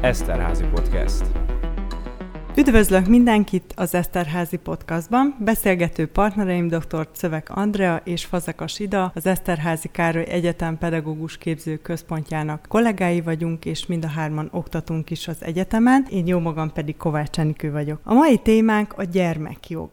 Eszterházy Podcast. Üdvözlök mindenkit az Eszterházy Podcastban. Beszélgető partnereim dr. Czövek Andrea és Fazekas Ida, az Eszterházy Károly Egyetem Pedagógus Képző Központjának kollégái vagyunk, és mind a hárman oktatunk is az egyetemen. Én jómagam pedig Kovács Enikő vagyok. A mai témánk a gyermekjog.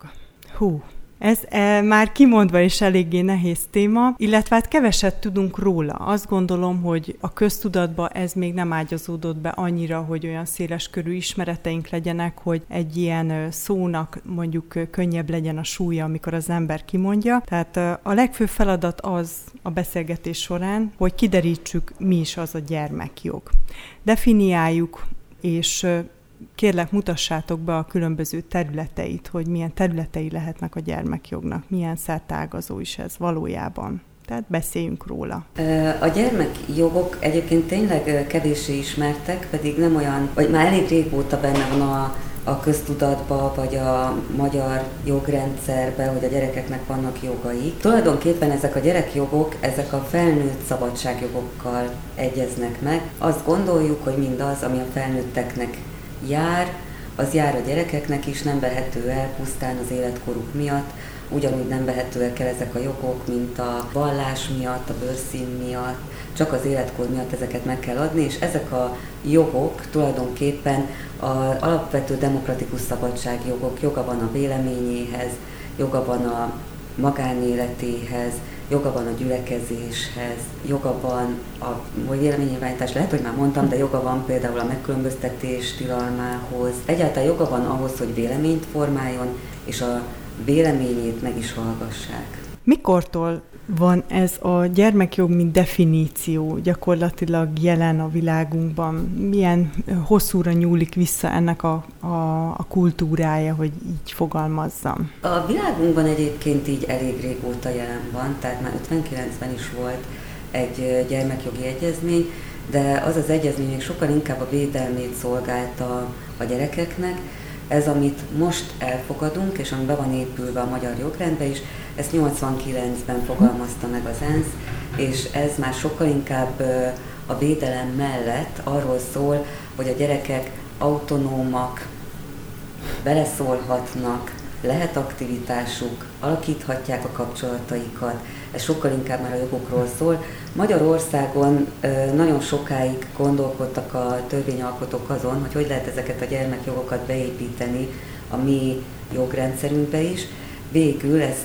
Ez már kimondva is eléggé nehéz téma, illetve hát keveset tudunk róla. Azt gondolom, hogy a köztudatba ez még nem ágyazódott be annyira, hogy olyan széleskörű ismereteink legyenek, hogy egy ilyen szónak mondjuk könnyebb legyen a súlya, amikor az ember kimondja. Tehát a legfőbb feladat az a beszélgetés során, hogy kiderítsük, mi is az a gyermekjog. Definiáljuk, és kérlek, mutassátok be a különböző területeit, hogy milyen területei lehetnek a gyermekjognak, milyen szerteágazó is ez valójában. Tehát beszéljünk róla. A gyermekjogok egyébként tényleg kevéssé ismertek, pedig nem olyan, vagy már elég régóta benne van a köztudatba, vagy a magyar jogrendszerbe, hogy a gyerekeknek vannak jogai. Tulajdonképpen ezek a gyerekjogok, ezek a felnőtt szabadságjogokkal egyeznek meg. Azt gondoljuk, hogy mindaz, ami a felnőtteknek jár, az jár a gyerekeknek is, nem vehető el pusztán az életkoruk miatt, ugyanúgy nem vehetőek el ezek a jogok, mint a vallás miatt, a bőrszín miatt, csak az életkor miatt ezeket meg kell adni, és ezek a jogok tulajdonképpen az alapvető demokratikus szabadságjogok, joga van a véleményéhez, joga van a magánéletéhez, joga van a gyülekezéshez, joga van a véleménynyilvánítás, lehet, hogy már mondtam, de joga van például a megkülönböztetés tilalmához. Egyáltalán joga van ahhoz, hogy véleményt formáljon, és a véleményét meg is hallgassák. Mikortól van ez a gyermekjog, mint definíció gyakorlatilag jelen a világunkban? Milyen hosszúra nyúlik vissza ennek a kultúrája, hogy így fogalmazzam? A világunkban egyébként így elég régóta jelen van, tehát már 59-ben is volt egy gyermekjogi egyezmény, de az az egyezmény még sokkal inkább a védelmét szolgálta a gyerekeknek. Ez, amit most elfogadunk, és ami be van épülve a magyar jogrendbe is, ezt 89-ben fogalmazta meg az ENSZ, és ez már sokkal inkább a védelem mellett arról szól, hogy a gyerekek autonómak, beleszólhatnak, lehet aktivitásuk, alakíthatják a kapcsolataikat, ez sokkal inkább már a jogokról szól. Magyarországon nagyon sokáig gondolkodtak a törvényalkotók azon, hogy lehet ezeket a gyermekjogokat beépíteni a mi jogrendszerünkbe is. Végül ezt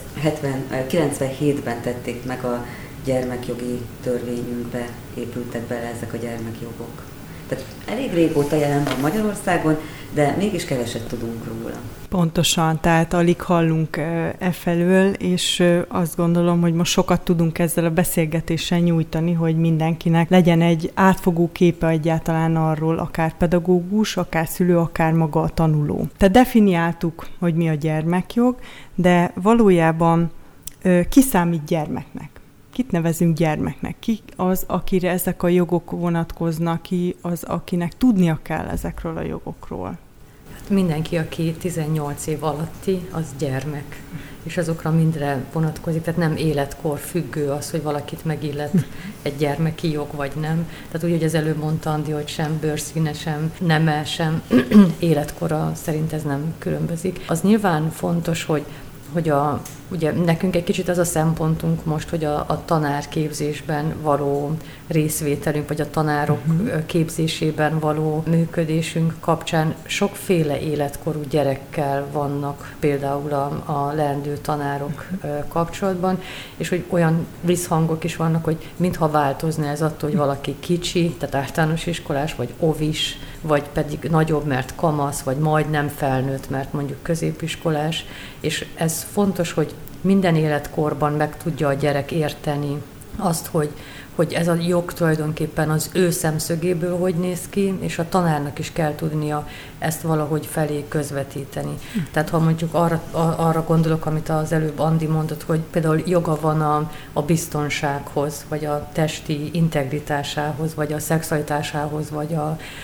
97-ben tették meg, a gyermekjogi törvényünkbe épültek bele ezek a gyermekjogok. Tehát elég régóta jelen van Magyarországon, de mégis keveset tudunk róla. Pontosan, tehát alig hallunk felől, és azt gondolom, hogy most sokat tudunk ezzel a beszélgetéssel nyújtani, hogy mindenkinek legyen egy átfogó képe egyáltalán arról, akár pedagógus, akár szülő, akár maga a tanuló. Tehát definiáltuk, hogy mi a gyermekjog, de valójában ki számít gyermeknek? Kit nevezünk gyermeknek? Ki az, akire ezek a jogok vonatkoznak, ki az, akinek tudnia kell ezekről a jogokról? Hát mindenki, aki 18 év alatti, az gyermek, és azokra mindre vonatkozik, tehát nem életkor függő az, hogy valakit megillet egy gyermeki jog, vagy nem. Tehát úgy, hogy az előbb mondta Andi, hogy sem bőrszíne, sem neme, sem életkora, szerint ez nem különbözik. Az nyilván fontos, hogy ugye nekünk egy kicsit az a szempontunk most, hogy a tanárképzésben való részvételünk, vagy a tanárok képzésében való működésünk kapcsán sokféle életkorú gyerekkel vannak például a leendő tanárok kapcsolatban, és hogy olyan visszhangok is vannak, hogy mintha változna ez attól, hogy valaki kicsi, tehát általános iskolás, vagy ovis, vagy pedig nagyobb, mert kamasz, vagy majdnem felnőtt, mert mondjuk középiskolás, és ez fontos, hogy minden életkorban meg tudja a gyerek érteni azt, hogy ez a jog tulajdonképpen az ő szemszögéből hogy néz ki, és a tanárnak is kell tudnia ezt valahogy felé közvetíteni. Tehát ha mondjuk arra gondolok, amit az előbb Andi mondott, hogy például joga van a biztonsághoz, vagy a testi integritásához, vagy a szexualitásához, vagy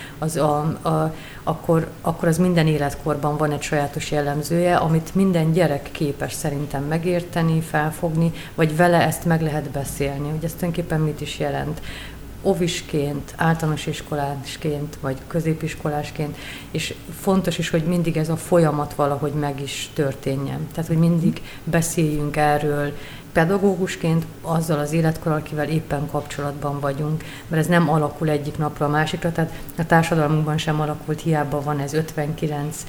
akkor az minden életkorban van egy sajátos jellemzője, amit minden gyerek képes szerintem megérteni, felfogni, vagy vele ezt meg lehet beszélni, hogy ez tulajdonképpen mit is jelent. óvisként, általános iskolásként, vagy középiskolásként, és fontos is, hogy mindig ez a folyamat valahogy meg is történjen. Tehát, hogy mindig beszéljünk erről, pedagógusként azzal az életkorral, akivel éppen kapcsolatban vagyunk, mert ez nem alakul egyik napra a másikra, tehát a társadalmunkban sem alakult, hiába van ez 59,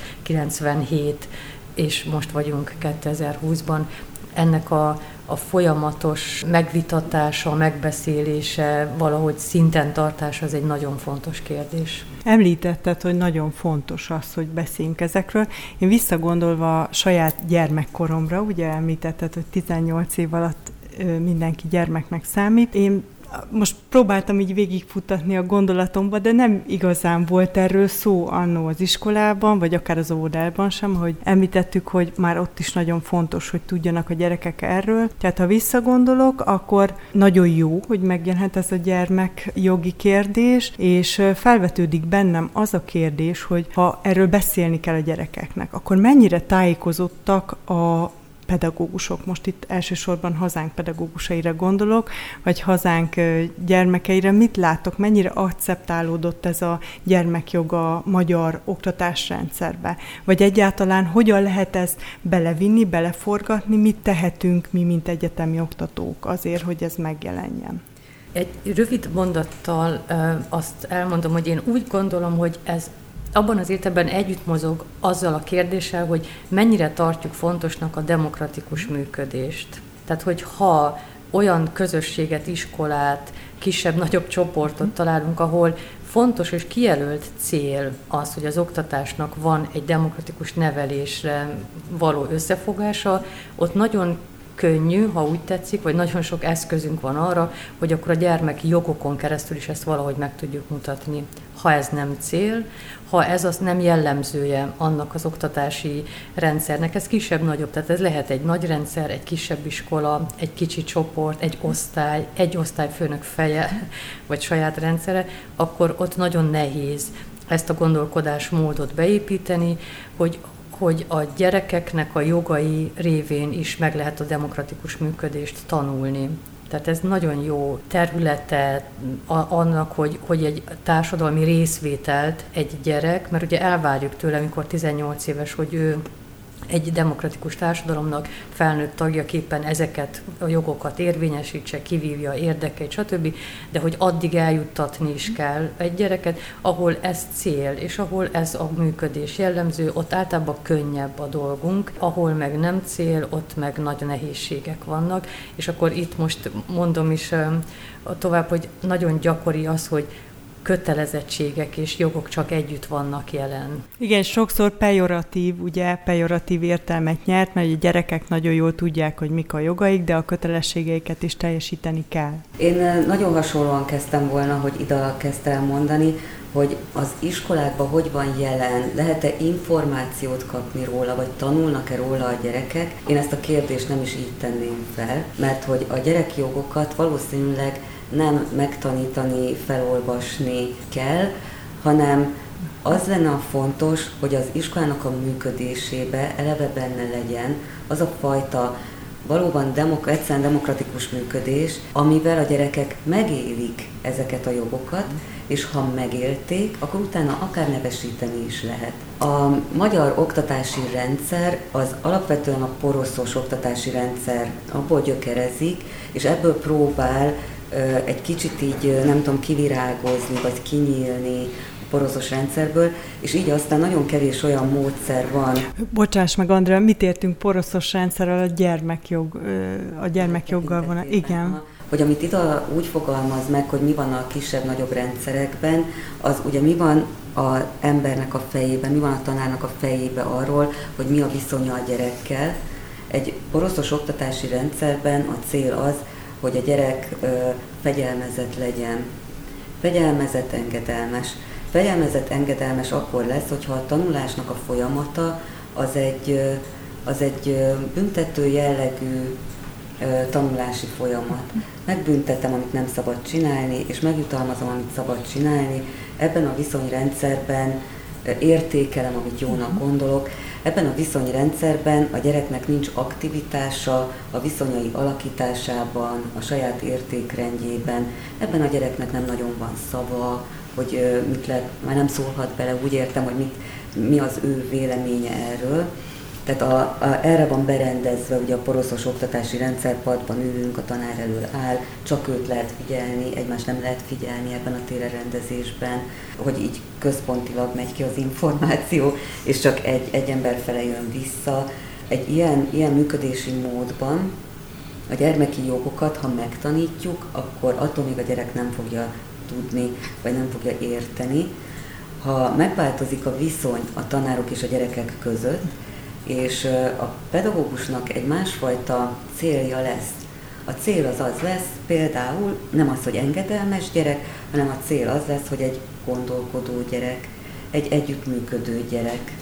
97, és most vagyunk 2020-ban. Ennek a folyamatos megvitatása, megbeszélése, valahogy szinten tartása, az egy nagyon fontos kérdés. Említetted, hogy nagyon fontos az, hogy beszéljünk ezekről. Én visszagondolva saját gyermekkoromra, ugye említetted, hogy 18 év alatt mindenki gyermeknek számít. Én most próbáltam így végigfutatni a gondolatomba, de nem igazán volt erről szó annó az iskolában, vagy akár az óvodában sem, hogy említettük, hogy már ott is nagyon fontos, hogy tudjanak a gyerekek erről. Tehát ha visszagondolok, akkor nagyon jó, hogy megjelenhet ez a gyermekjogi kérdés, és felvetődik bennem az a kérdés, hogy ha erről beszélni kell a gyerekeknek, akkor mennyire tájékozottak a pedagógusok, most itt elsősorban hazánk pedagógusaira gondolok, vagy hazánk gyermekeire, mit látok, mennyire akceptálódott ez a gyermekjog a magyar oktatásrendszerbe? Vagy egyáltalán hogyan lehet ezt belevinni, beleforgatni, mit tehetünk mi, mint egyetemi oktatók azért, hogy ez megjelenjen? Egy rövid mondattal azt elmondom, hogy én úgy gondolom, hogy ez abban az értelemben együtt mozog azzal a kérdéssel, hogy mennyire tartjuk fontosnak a demokratikus működést. Tehát, hogy ha olyan közösséget, iskolát, kisebb-nagyobb csoportot találunk, ahol fontos és kijelölt cél az, hogy az oktatásnak van egy demokratikus nevelésre való összefogása, ott nagyon könnyű, ha úgy tetszik, vagy nagyon sok eszközünk van arra, hogy akkor a gyermeki jogokon keresztül is ezt valahogy meg tudjuk mutatni. Ha ez nem cél, ha ez az nem jellemzője annak az oktatási rendszernek, ez kisebb-nagyobb, tehát ez lehet egy nagy rendszer, egy kisebb iskola, egy kicsi csoport, egy osztályfőnök feje, vagy saját rendszere, akkor ott nagyon nehéz ezt a gondolkodásmódot beépíteni, hogy a gyerekeknek a jogai révén is meg lehet a demokratikus működést tanulni. Tehát ez nagyon jó területe annak, hogy egy társadalmi részvételt egy gyerek, mert ugye elvárjuk tőle, amikor 18 éves, hogy ő egy demokratikus társadalomnak felnőtt tagjaképpen ezeket a jogokat érvényesítse, kivívja érdekeit, stb., de hogy addig eljuttatni is kell egy gyereket, ahol ez cél, és ahol ez a működés jellemző, ott általában könnyebb a dolgunk, ahol meg nem cél, ott meg nagy nehézségek vannak, és akkor itt most mondom is tovább, hogy nagyon gyakori az, hogy kötelezettségek és jogok csak együtt vannak jelen. Igen, sokszor pejoratív értelmet nyert, mert a gyerekek nagyon jól tudják, hogy mik a jogaik, de a kötelességeiket is teljesíteni kell. Én nagyon hasonlóan kezdtem volna, hogy Ida kezdte el mondani, hogy az iskolákban hogy van jelen, lehet-e információt kapni róla, vagy tanulnak-e róla a gyerekek? Én ezt a kérdést nem is így tenném fel, mert hogy a gyerekjogokat valószínűleg nem megtanítani, felolvasni kell, hanem az lenne a fontos, hogy az iskolának a működésébe eleve benne legyen az a fajta valóban egyszerűen demokratikus működés, amivel a gyerekek megélik ezeket a jogokat, és ha megélték, akkor utána akár nevesíteni is lehet. A magyar oktatási rendszer az alapvetően a poroszos oktatási rendszer, abból gyökerezik, és ebből próbál egy kicsit így, nem tudom, kivirágozni, vagy kinyílni a poroszos rendszerből, és így aztán nagyon kevés olyan módszer van. Bocsáss meg, Andrea, mit értünk poroszos rendszerrel a gyermekjoggal van? Igen. Hogy amit itt úgy fogalmaz meg, hogy mi van a kisebb-nagyobb rendszerekben, az ugye mi van az embernek a fejében, mi van a tanárnak a fejében arról, hogy mi a viszonya a gyerekkel. Egy poroszos oktatási rendszerben a cél az, hogy a gyerek fegyelmezett legyen. Fegyelmezett, engedelmes. Fegyelmezett, engedelmes akkor lesz, hogyha a tanulásnak a folyamata az egy büntető jellegű tanulási folyamat. Megbüntetem, amit nem szabad csinálni, és megjutalmazom, amit szabad csinálni. Ebben a viszonyrendszerben értékelem, amit jónak gondolok. Ebben a viszonyrendszerben a gyereknek nincs aktivitása a viszonyai alakításában, a saját értékrendjében. Ebben a gyereknek nem nagyon van szava, hogy mit lehet, már nem szólhat bele, úgy értem, hogy mi az ő véleménye erről. Tehát erre van berendezve, ugye a poroszos oktatási rendszerpadban ülünk, a tanár elől áll, csak őt lehet figyelni, egymást nem lehet figyelni ebben a térerendezésben, hogy így központilag megy ki az információ, és csak egy ember fele jön vissza. Egy ilyen működési módban a gyermeki jogokat, ha megtanítjuk, akkor attól még a gyerek nem fogja tudni, vagy nem fogja érteni. Ha megváltozik a viszony a tanárok és a gyerekek között, és a pedagógusnak egy másfajta célja lesz. A cél az lesz például nem az, hogy engedelmes gyerek, hanem a cél az lesz, hogy egy gondolkodó gyerek, egy együttműködő gyerek,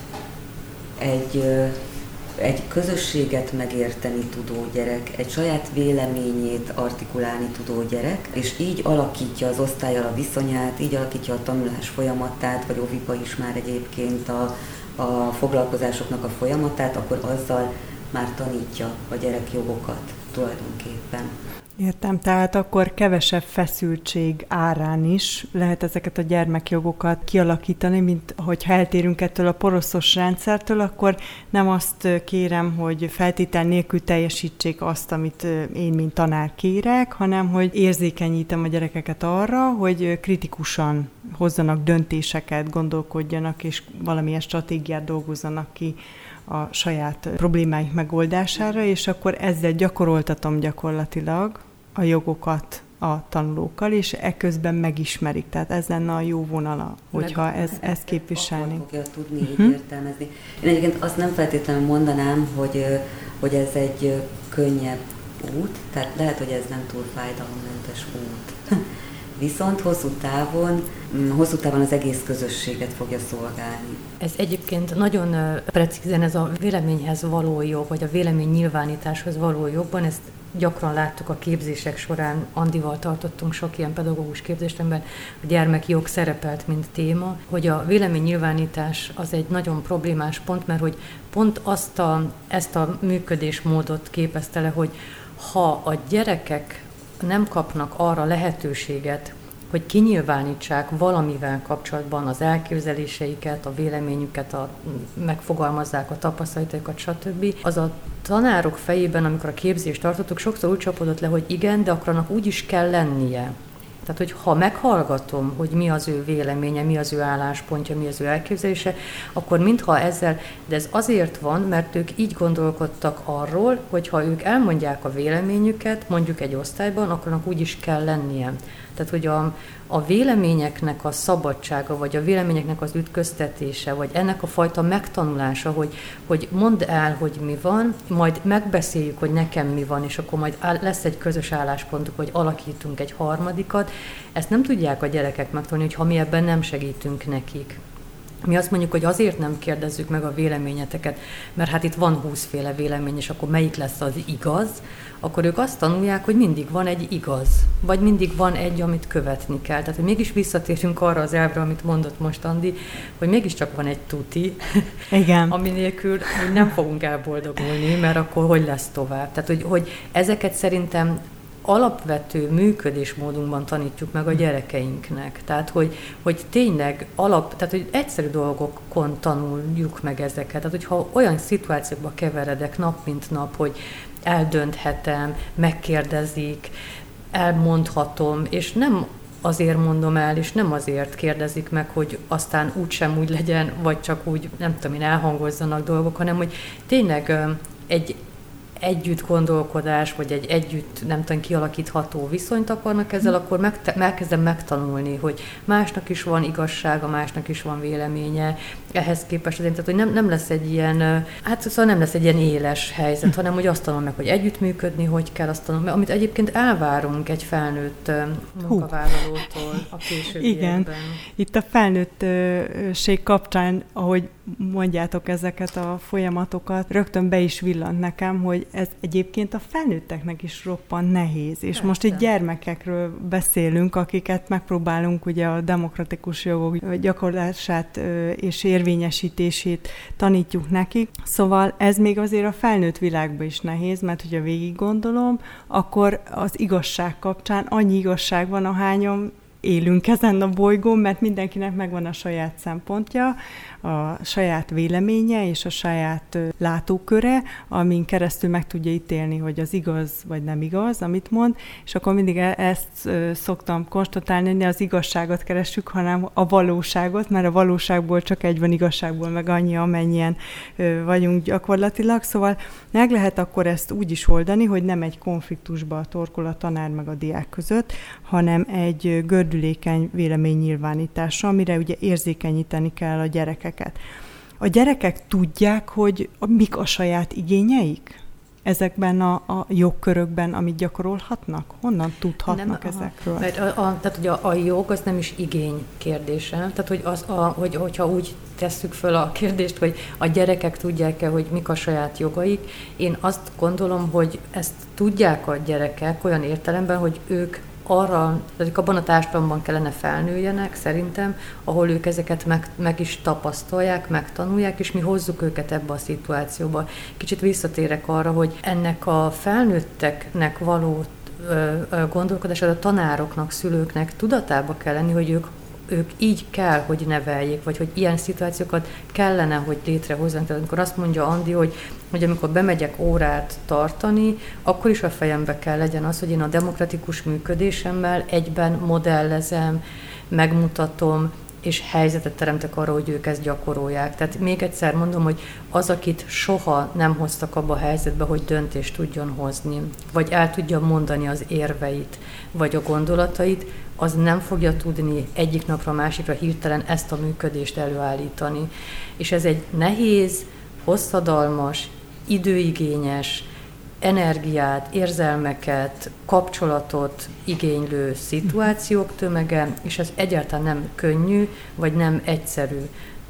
egy közösséget megérteni tudó gyerek, egy saját véleményét artikulálni tudó gyerek, és így alakítja az osztállyal a viszonyát, így alakítja a tanulás folyamatát, vagy óviba is már egyébként a foglalkozásoknak a folyamatát, akkor azzal már tanítja a gyerek jogokat tulajdonképpen. Értem, tehát akkor kevesebb feszültség árán is lehet ezeket a gyermekjogokat kialakítani, mint hogyha eltérünk ettől a poroszos rendszertől, akkor nem azt kérem, hogy feltétel nélkül teljesítsék azt, amit én, mint tanár kérek, hanem hogy érzékenyítem a gyerekeket arra, hogy kritikusan hozzanak döntéseket, gondolkodjanak, és valamilyen stratégiát dolgozzanak ki a saját problémáik megoldására, és akkor ezzel gyakoroltatom gyakorlatilag a jogokat a tanulókkal, és ekközben megismerik. Tehát ez lenne a jó vonala, hogyha ezt képviselni. Akkor fogja tudni így értelmezni. Én egyébként azt nem feltétlenül mondanám, hogy ez egy könnyebb út, tehát lehet, hogy ez nem túl fájdalommentes út. Viszont hosszú távon az egész közösséget fogja szolgálni. Ez egyébként nagyon precízen ez a véleményhez való jog, vagy a vélemény nyilvánításhoz való jogban, ezt gyakran láttuk a képzések során, Andival tartottunk sok ilyen pedagógus képzést, amiben a gyermekjog szerepelt, mint téma, hogy a véleménynyilvánítás az egy nagyon problémás pont, mert hogy pont ezt a működésmódot képezte le, hogy ha a gyerekek nem kapnak arra lehetőséget, hogy kinyilvánítsák valamivel kapcsolatban az elképzeléseiket, a véleményüket, megfogalmazzák a tapasztalataikat, stb. Az a tanárok fejében, amikor a képzést tartottuk, sokszor úgy csapódott le, hogy igen, de akkor annak úgy is kell lennie. Tehát, hogy ha meghallgatom, hogy mi az ő véleménye, mi az ő álláspontja, mi az ő elképzelése, akkor mintha ezzel, de ez azért van, mert ők így gondolkodtak arról, hogy ha ők elmondják a véleményüket, mondjuk egy osztályban, akkor annak úgy is kell lennie. Tehát, hogy a véleményeknek a szabadsága, vagy a véleményeknek az ütköztetése, vagy ennek a fajta megtanulása, hogy mondd el, hogy mi van, majd megbeszéljük, hogy nekem mi van, és akkor majd lesz egy közös álláspontunk, hogy alakítunk egy harmadikat, ezt nem tudják a gyerekek megtanulni, hogyha mi ebben nem segítünk nekik. Mi azt mondjuk, hogy azért nem kérdezzük meg a véleményeteket, mert hát itt van 20 féle vélemény, és akkor melyik lesz az igaz, akkor ők azt tanulják, hogy mindig van egy igaz, vagy mindig van egy, amit követni kell. Tehát, hogy mégis visszatérünk arra az elvre, amit mondott most Andi, hogy mégiscsak van egy tuti, igen. Ami nélkül nem fogunk elboldogulni, mert akkor hogy lesz tovább. Tehát, hogy ezeket szerintem alapvető működésmódunkban tanítjuk meg a gyerekeinknek. Tehát, hogy tényleg tehát, hogy egyszerű dolgokon tanuljuk meg ezeket. Tehát, hogyha olyan szituációkba keveredek nap mint nap, hogy eldönthetem, megkérdezik, elmondhatom, és nem azért mondom el, és nem azért kérdezik meg, hogy aztán úgysem úgy legyen, vagy csak úgy, nem tudom én, elhangozzanak dolgok, hanem hogy tényleg egy együtt gondolkodás, vagy egy együtt, nem tudom, kialakítható viszonyt akarnak ezzel, akkor elkezdem megtanulni, hogy másnak is van igazsága, másnak is van véleménye, ehhez képest, tehát, hogy nem lesz egy ilyen, szóval nem lesz egy ilyen éles helyzet, hanem hogy azt tanulom meg, hogy együttműködni, hogy kell azt tanulni, amit egyébként elvárunk egy felnőtt munkavállalótól a későbbiekben. Igen. Itt a felnőttség kapcsán, ahogy mondjátok ezeket a folyamatokat, rögtön be is villant nekem, hogy ez egyébként a felnőtteknek is roppant nehéz. És persze. Most itt gyermekekről beszélünk, akiket megpróbálunk ugye a demokratikus jogok gyakorlását és érvényesítését tanítjuk nekik. Szóval ez még azért a felnőtt világban is nehéz, mert hogyha végig gondolom, akkor az igazság kapcsán annyi igazság van, ahányan élünk ezen a bolygón, mert mindenkinek megvan a saját szempontja, a saját véleménye és a saját látóköre, amin keresztül meg tudja ítélni, hogy az igaz vagy nem igaz, amit mond, és akkor mindig ezt szoktam konstatálni, hogy ne az igazságot keressük, hanem a valóságot, mert a valóságból csak egy van, igazságból meg annyi, amennyien vagyunk gyakorlatilag, szóval meg lehet akkor ezt úgy is oldani, hogy nem egy konfliktusba torkol a tanár meg a diák között, hanem egy gördülékeny véleménynyilvánítása, amire ugye érzékenyíteni kell a gyerekeket. A gyerekek tudják, hogy mik a saját igényeik ezekben a jogkörökben, amit gyakorolhatnak? Honnan tudhatnak nem, ezekről? Mert tehát ugye a jog az nem is igény kérdése. Tehát, hogyha úgy tesszük föl a kérdést, hogy a gyerekek tudják-e, hogy mik a saját jogaik, én azt gondolom, hogy ezt tudják a gyerekek olyan értelemben, hogy ők abban a társadalomban kellene felnőjenek, szerintem, ahol ők ezeket meg is tapasztalják, megtanulják, és mi hozzuk őket ebbe a szituációba. Kicsit visszatérek arra, hogy ennek a felnőtteknek való gondolkodását a tanároknak, szülőknek tudatába kell lenni, hogy ők így kell, hogy neveljék, vagy hogy ilyen szituációkat kellene, hogy létrehozzanak. Tehát amikor azt mondja Andi, hogy amikor bemegyek órát tartani, akkor is a fejembe kell legyen az, hogy én a demokratikus működésemmel egyben modellezem, megmutatom, és helyzetet teremtek arra, hogy ők ezt gyakorolják. Tehát még egyszer mondom, hogy az, akit soha nem hoztak abba a helyzetbe, hogy döntést tudjon hozni, vagy el tudja mondani az érveit, vagy a gondolatait, az nem fogja tudni egyik napra a másikra hirtelen ezt a működést előállítani. És ez egy nehéz, hosszadalmas, időigényes, energiát, érzelmeket, kapcsolatot igénylő szituációk tömege, és ez egyáltalán nem könnyű, vagy nem egyszerű,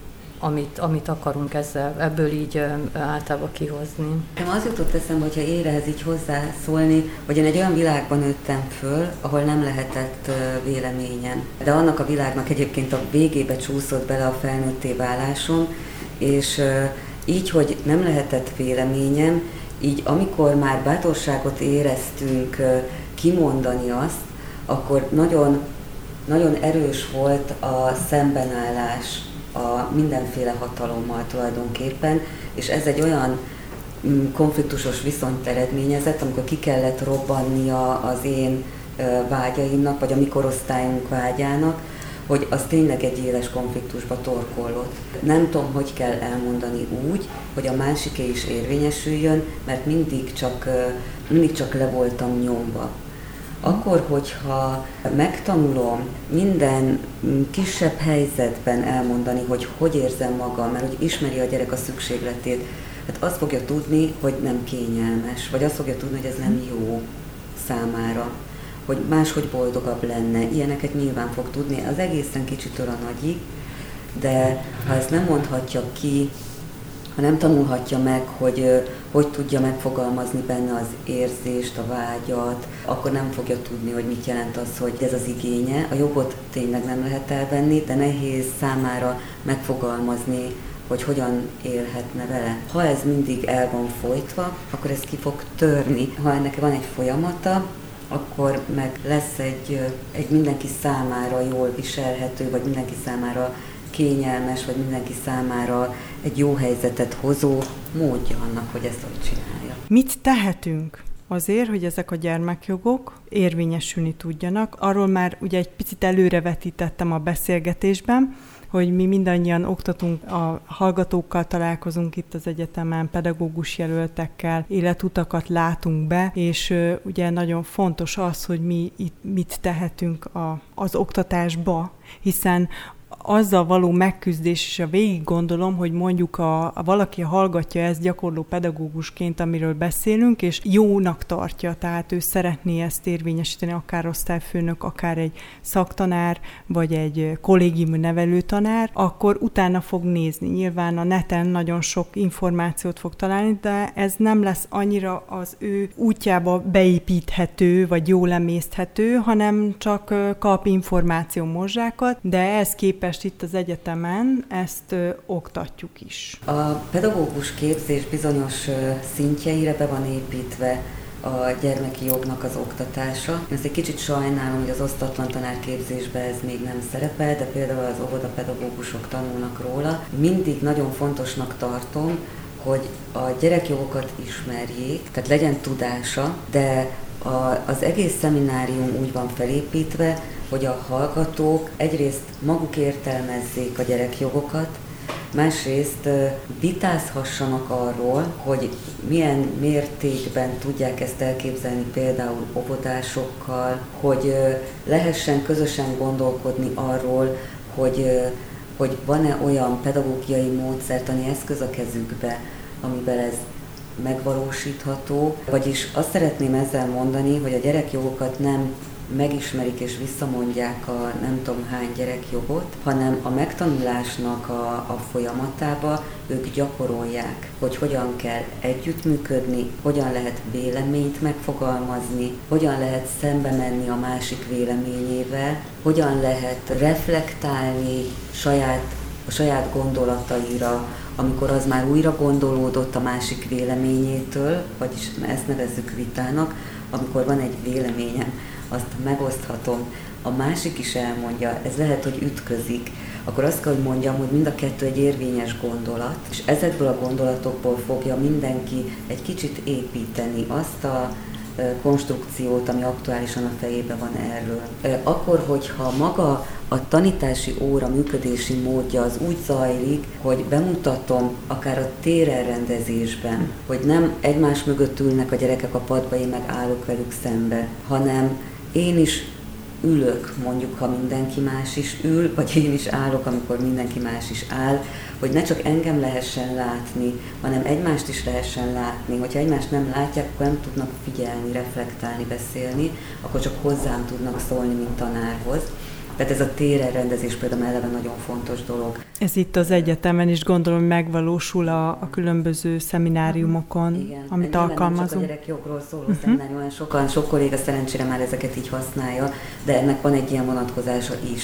amit akarunk ebből így általában kihozni. Az jutott eszembe, hogyha én ehhez így hozzászólni, hogy én egy olyan világban nőttem föl, ahol nem lehetett véleményem. De annak a világnak egyébként a végébe csúszott bele a felnőtté válásom, és így, hogy nem lehetett véleményem, így amikor már bátorságot éreztünk kimondani azt, akkor nagyon, nagyon erős volt a szembenállás a mindenféle hatalommal tulajdonképpen, és ez egy olyan konfliktusos viszonyt eredményezett, amikor ki kellett robbannia az én vágyaimnak, vagy a mi korosztályunk vágyának, hogy az tényleg egy éles konfliktusba torkollott. Nem tudom, hogy kell elmondani úgy, hogy a másiké is érvényesüljön, mert mindig csak le voltam nyomva. Akkor, hogyha megtanulom minden kisebb helyzetben elmondani, hogy érzem magam, mert hogy ismeri a gyerek a szükségletét, hát azt fogja tudni, hogy nem kényelmes, vagy azt fogja tudni, hogy ez nem jó számára, hogy máshogy boldogabb lenne. Ilyeneket nyilván fog tudni, az egészen kicsitől a nagyig, de ha ezt nem mondhatja ki, ha nem tanulhatja meg, hogy tudja megfogalmazni benne az érzést, a vágyat, akkor nem fogja tudni, hogy mit jelent az, hogy ez az igénye. A jogot tényleg nem lehet elvenni, de nehéz számára megfogalmazni, hogy hogyan élhetne vele. Ha ez mindig el van folytva, akkor ez ki fog törni. Ha ennek van egy folyamata, akkor meg lesz egy mindenki számára jól viselhető, vagy mindenki számára kényelmes, vagy mindenki számára egy jó helyzetet hozó módja annak, hogy ezt hogy csinálja. Mit tehetünk azért, hogy ezek a gyermekjogok érvényesülni tudjanak? Arról már ugye egy picit előrevetítettem a beszélgetésben, hogy mi mindannyian oktatunk, a hallgatókkal találkozunk itt az egyetemen, pedagógus jelöltekkel, életutakat látunk be, és ugye nagyon fontos az, hogy mi itt mit tehetünk az oktatásba, hiszen azzal való megküzdés, és a végig gondolom, hogy mondjuk valaki hallgatja ezt gyakorló pedagógusként, amiről beszélünk, és jónak tartja, tehát ő szeretné ezt érvényesíteni, akár osztályfőnök, akár egy szaktanár, vagy egy kollégiumi nevelőtanár, akkor utána fog nézni. Nyilván a neten nagyon sok információt fog találni, de ez nem lesz annyira az ő útjába beépíthető, vagy jól emészthető, hanem csak kap információ morzsákat, de ehhez képest itt az egyetemen ezt oktatjuk is. A pedagógus képzés bizonyos szintjeire be van építve a gyermeki jognak az oktatása. Én ezt egy kicsit sajnálom, hogy az osztatlan tanárképzésben ez még nem szerepel, de például az óvodapedagógusok tanulnak róla. Mindig nagyon fontosnak tartom, hogy a gyerekjogokat ismerjék, tehát legyen tudása, de az egész szeminárium úgy van felépítve, hogy a hallgatók egyrészt maguk értelmezzék a gyerekjogokat, másrészt vitázhassanak arról, hogy milyen mértékben tudják ezt elképzelni például óvodásokkal, hogy lehessen közösen gondolkodni arról, hogy van-e olyan pedagógiai módszertani eszköz a kezükbe, amiben ez megvalósítható. Vagyis azt szeretném ezzel mondani, hogy a gyerekjogokat nem megismerik és visszamondják a nem tudom hány gyerekjogot, hanem a megtanulásnak a folyamatába ők gyakorolják, hogy hogyan kell együttműködni, hogyan lehet véleményt megfogalmazni, hogyan lehet szembe menni a másik véleményével, hogyan lehet reflektálni a saját gondolataira, amikor az már újra gondolódott a másik véleményétől, vagyis ezt nevezzük vitának, amikor van egy véleményem, azt megoszthatom, a másik is elmondja, ez lehet, hogy ütközik, akkor azt kell, hogy mondjam, hogy mind a kettő egy érvényes gondolat, és ezekből a gondolatokból fogja mindenki egy kicsit építeni azt a konstrukciót, ami aktuálisan a fejében van erről. Akkor, hogyha maga a tanítási óra működési módja az úgy zajlik, hogy bemutatom akár a térelrendezésben, hogy nem egymás mögött ülnek a gyerekek a padba, én meg állok velük szembe, hanem én is ülök, mondjuk, ha mindenki más is ül, vagy én is állok, amikor mindenki más is áll, hogy ne csak engem lehessen látni, hanem egymást is lehessen látni. Hogyha egymást nem látják, akkor nem tudnak figyelni, reflektálni, beszélni, akkor csak hozzám tudnak szólni, mint tanárhoz. Tehát ez a térelrendezés például eleve nagyon fontos dolog. Ez itt az egyetemen is gondolom megvalósul a különböző szemináriumokon, igen, amit alkalmazunk. Nem csak a gyerekjogról szóló szeminárium, sok kolléga szerencsére már ezeket így használja, de ennek van egy ilyen vonatkozása is,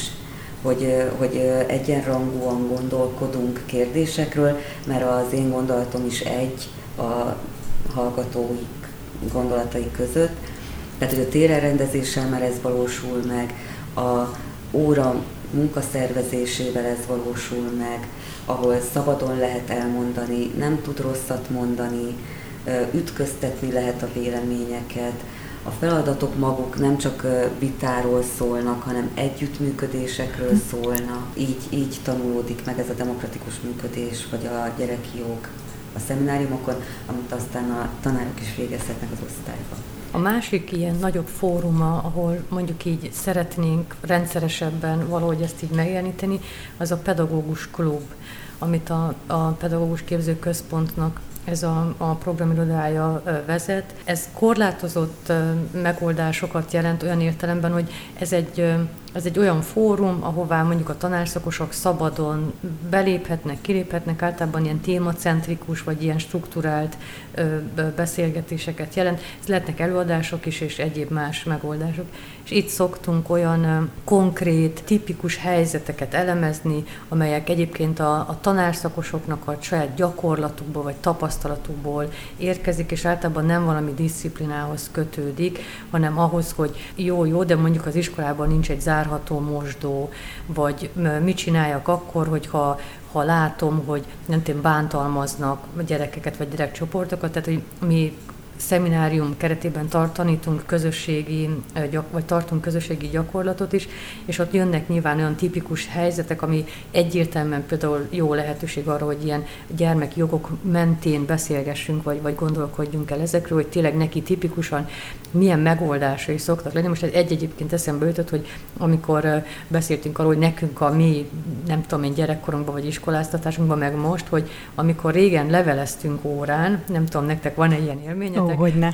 hogy egyenrangúan gondolkodunk kérdésekről, mert az én gondolatom is egy a hallgatói gondolatai között. Tehát, hogy a térelrendezéssel már ez valósul meg, a óra munkaszervezésével ez valósul meg, ahol szabadon lehet elmondani, nem tud rosszat mondani, ütköztetni lehet a véleményeket. A feladatok maguk nem csak vitáról szólnak, hanem együttműködésekről szólnak. Így tanulódik meg ez a demokratikus működés, vagy a gyereki jog a szemináriumokon, amit aztán a tanárok is végezhetnek az osztályban. A másik ilyen nagyobb fóruma, ahol mondjuk így szeretnénk rendszeresebben valahogy ezt így megjeleníteni, az a pedagógus klub, amit a pedagógus képző központnak ez a programirodája vezet. Ez korlátozott megoldásokat jelent olyan értelemben, hogy ez egy olyan fórum, ahová mondjuk a tanárszakosok szabadon beléphetnek, kiléphetnek, általában ilyen témacentrikus vagy ilyen strukturált beszélgetéseket jelent. Ez lehetnek előadások is, és egyéb más megoldások. És itt szoktunk olyan konkrét, tipikus helyzeteket elemezni, amelyek egyébként a tanárszakosoknak a saját gyakorlatukból vagy tapasztalatukból érkezik, és általában nem valami diszciplinához kötődik, hanem ahhoz, hogy jó, de mondjuk az iskolában nincs egy zárható mosdó, vagy mit csináljak akkor, hogyha látom, hogy nem tudom, bántalmaznak gyerekeket vagy gyerekcsoportokat, tehát hogy mi szeminárium keretében tanítunk tartunk közösségi gyakorlatot is, és ott jönnek nyilván olyan tipikus helyzetek, ami egyértelműen például jó lehetőség arra, hogy ilyen gyermekjogok mentén beszélgessünk, vagy gondolkodjunk el ezekről, hogy tényleg neki tipikusan milyen megoldásai szoktak lenni. Most egyébként eszembe jutott, hogy amikor beszéltünk arról, hogy nekünk a mi, nem tudom én, gyerekkorunkban vagy iskoláztatásunkban, meg most, hogy amikor régen leveleztünk órán, nem tudom, nektek van-e ilyen élményetek? Hogyne.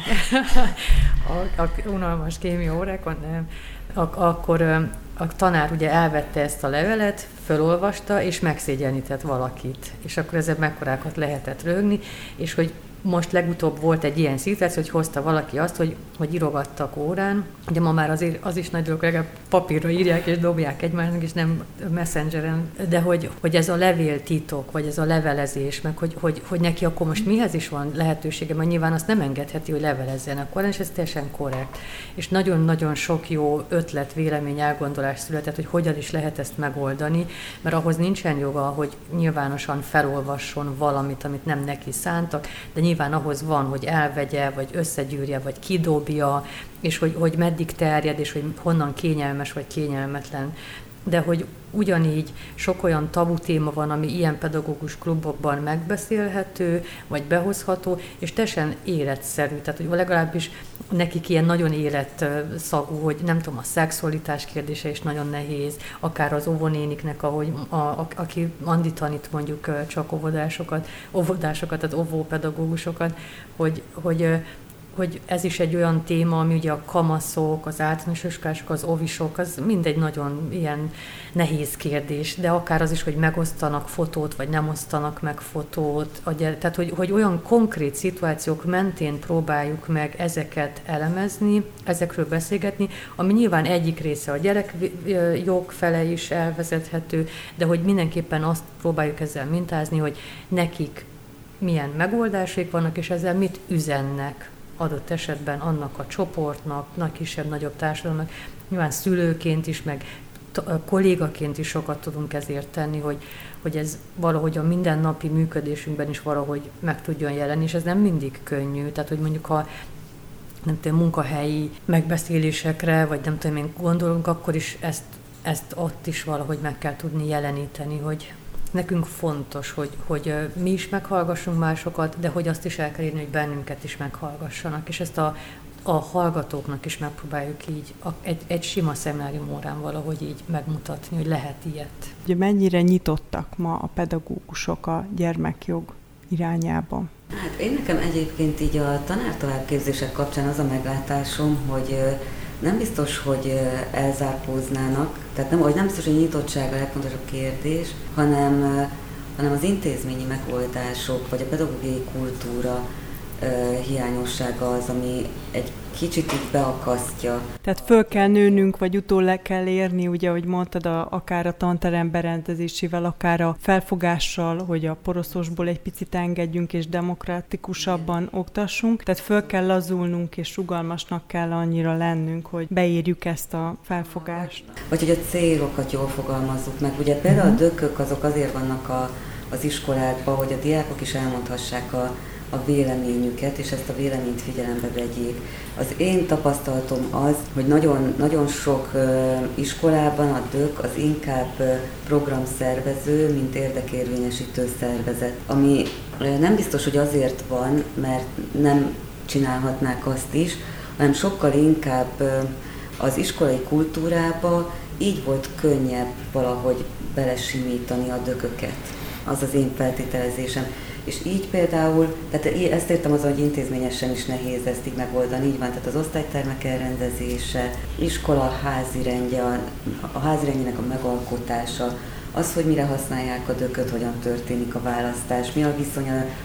a unalmas kémia órákon, nem. Akkor a tanár ugye elvette ezt a levelet, fölolvasta, és megszégyenített valakit. És akkor ezzel mekkorákat lehetett röhögni, és hogy most legutóbb volt egy ilyen szituáció, hogy hozta valaki azt, hogy írogattak órán. Ugye ma már azért az is nagy dolog, legalább papírra írják és dobják egymásnak, és nem messengeren. De hogy ez a levéltitok, vagy ez a levelezés, meg hogy neki akkor most mihez is van lehetősége, mert nyilván azt nem engedheti, hogy levelezzen akkor, és ez teljesen korrekt. És nagyon-nagyon sok jó ötlet, vélemény, elgondolás született, hogy hogyan is lehet ezt megoldani, mert ahhoz nincsen joga, hogy nyilvánosan felolvasson valamit, amit nem neki szántak, de nyilván ahhoz van, hogy elvegye, vagy összegyűrje, vagy kidobja, és hogy meddig terjed, és hogy honnan kényelmes, vagy kényelmetlen. De hogy ugyanígy sok olyan tabu téma van, ami ilyen pedagógus klubokban megbeszélhető, vagy behozható, és teljesen életszerű. Tehát, hogy legalábbis nekik ilyen nagyon életszagú, hogy nem tudom, a szexualitás kérdése is nagyon nehéz, akár az óvónéniknek, aki Andi tanít mondjuk csak óvodásokat, tehát óvópedagógusokat, hogy ez is egy olyan téma, ami ugye a kamaszok, az általános iskolások, az óvisok, az mindegy nagyon ilyen nehéz kérdés, de akár az is, hogy megosztanak fotót, vagy nem osztanak meg fotót, tehát hogy olyan konkrét szituációk mentén próbáljuk meg ezeket elemezni, ezekről beszélgetni, ami nyilván egyik része a gyerekjog fele is elvezethető, de hogy mindenképpen azt próbáljuk ezzel mintázni, hogy nekik milyen megoldásaik vannak, és ezzel mit üzennek adott esetben annak a csoportnak, nagy kisebb-nagyobb társadalomnak, nyilván szülőként is, meg kollégaként is sokat tudunk ezért tenni, hogy ez valahogy a mindennapi működésünkben is valahogy meg tudjon jelenni, és ez nem mindig könnyű. Tehát, hogy mondjuk ha nem tudom, munkahelyi megbeszélésekre, vagy nem tudom, én gondolunk, akkor is ezt ott is valahogy meg kell tudni jeleníteni, hogy nekünk fontos, hogy mi is meghallgassunk másokat, de hogy azt is el kell írni, hogy bennünket is meghallgassanak, és ezt a hallgatóknak is megpróbáljuk így egy sima szeminárium órán valahogy így megmutatni, hogy lehet ilyet. Ugye mennyire nyitottak ma a pedagógusok a gyermekjog irányába? Hát én nekem egyébként így a tanártovábbképzések kapcsán az a meglátásom, hogy nem biztos, hogy elzárkóznának, tehát nem biztos, hogy nyitottság a legfontosabb kérdés, hanem az intézményi megoldások, vagy a pedagógiai kultúra hiányossága az, ami egy kicsit így beakasztja. Tehát föl kell nőnünk, vagy utól le kell érni, ugye, ahogy mondtad, akár a tanterem berendezésével, akár a felfogással, hogy a poroszosból egy picit engedjünk, és demokratikusabban oktassunk. Tehát föl kell lazulnunk, és rugalmasnak kell annyira lennünk, hogy beírjuk ezt a felfogást. Vagy hogy a célokat jól fogalmazzuk meg. Ugye például a dökök azok azért vannak az iskolákban, hogy a diákok is elmondhassák a véleményüket, és ezt a véleményt figyelembe vegyék. Az én tapasztalatom az, hogy nagyon, nagyon sok iskolában a DÖK az inkább programszervező, mint érdekérvényesítő szervezet, ami nem biztos, hogy azért van, mert nem csinálhatnák azt is, hanem sokkal inkább az iskolai kultúrába így volt könnyebb valahogy belesimítani a dököket. Az az én feltételezésem. És így például, tehát ezt értem azon, hogy intézményesen is nehéz ezt így megoldani, így van, tehát az osztálytermek elrendezése, iskola házirendje, a házirendjének a megalkotása, az, hogy mire használják a dököt, hogyan történik a választás, mi a viszony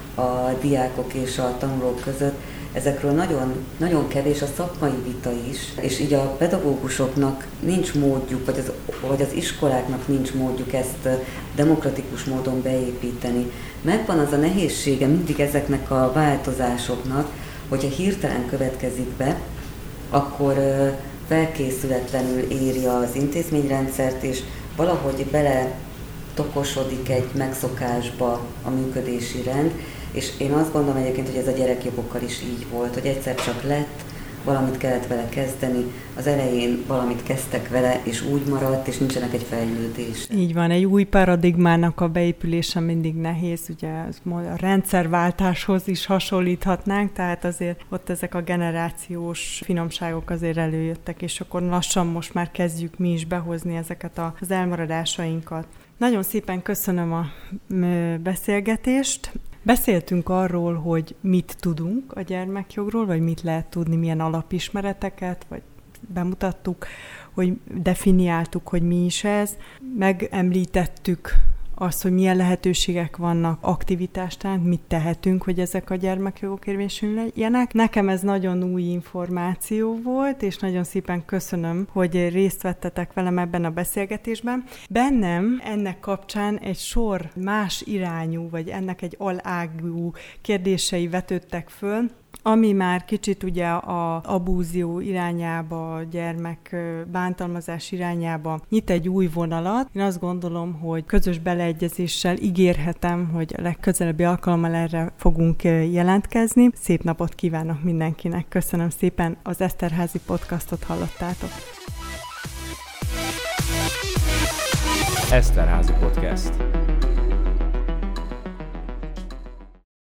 a diákok és a tanulók között, ezekről nagyon, nagyon kevés a szakmai vita is, és így a pedagógusoknak nincs módjuk, vagy az iskoláknak nincs módjuk ezt demokratikus módon beépíteni. Megvan az a nehézsége mindig ezeknek a változásoknak, hogyha hirtelen következik be, akkor felkészületlenül éri az intézményrendszert, és valahogy bele tokosodik egy megszokásba a működési rend, És én azt gondolom egyébként, hogy ez a gyerekjogokkal is így volt, hogy egyszer csak lett, valamit kellett vele kezdeni, az elején valamit kezdtek vele, és úgy maradt, és nincsenek egy fejlődés. Így van, egy új paradigmának a beépülése mindig nehéz, ugye a rendszerváltáshoz is hasonlíthatnánk, tehát azért ott ezek a generációs finomságok azért előjöttek, és akkor lassan most már kezdjük mi is behozni ezeket az elmaradásainkat. Nagyon szépen köszönöm a beszélgetést. Beszéltünk arról, hogy mit tudunk a gyermekjogról, vagy mit lehet tudni, milyen alapismereteket, vagy bemutattuk, hogy definiáltuk, hogy mi is ez. Megemlítettük azt, hogy milyen lehetőségek vannak aktivitástán, mit tehetünk, hogy ezek a gyermekjogok érvényesüljenek. Nekem ez nagyon új információ volt, és nagyon szépen köszönöm, hogy részt vettetek velem ebben a beszélgetésben. Bennem ennek kapcsán egy sor más irányú, vagy ennek egy alágú kérdései vetődtek föl, ami már kicsit ugye a abúzió irányába, a gyermek bántalmazás irányába nyit egy új vonalat. Én azt gondolom, hogy közös beleegyezéssel ígérhetem, hogy a legközelebbi alkalommal erre fogunk jelentkezni. Szép napot kívánok mindenkinek. Köszönöm szépen, az Eszterházi podcastot hallottátok. Eszterházi podcast.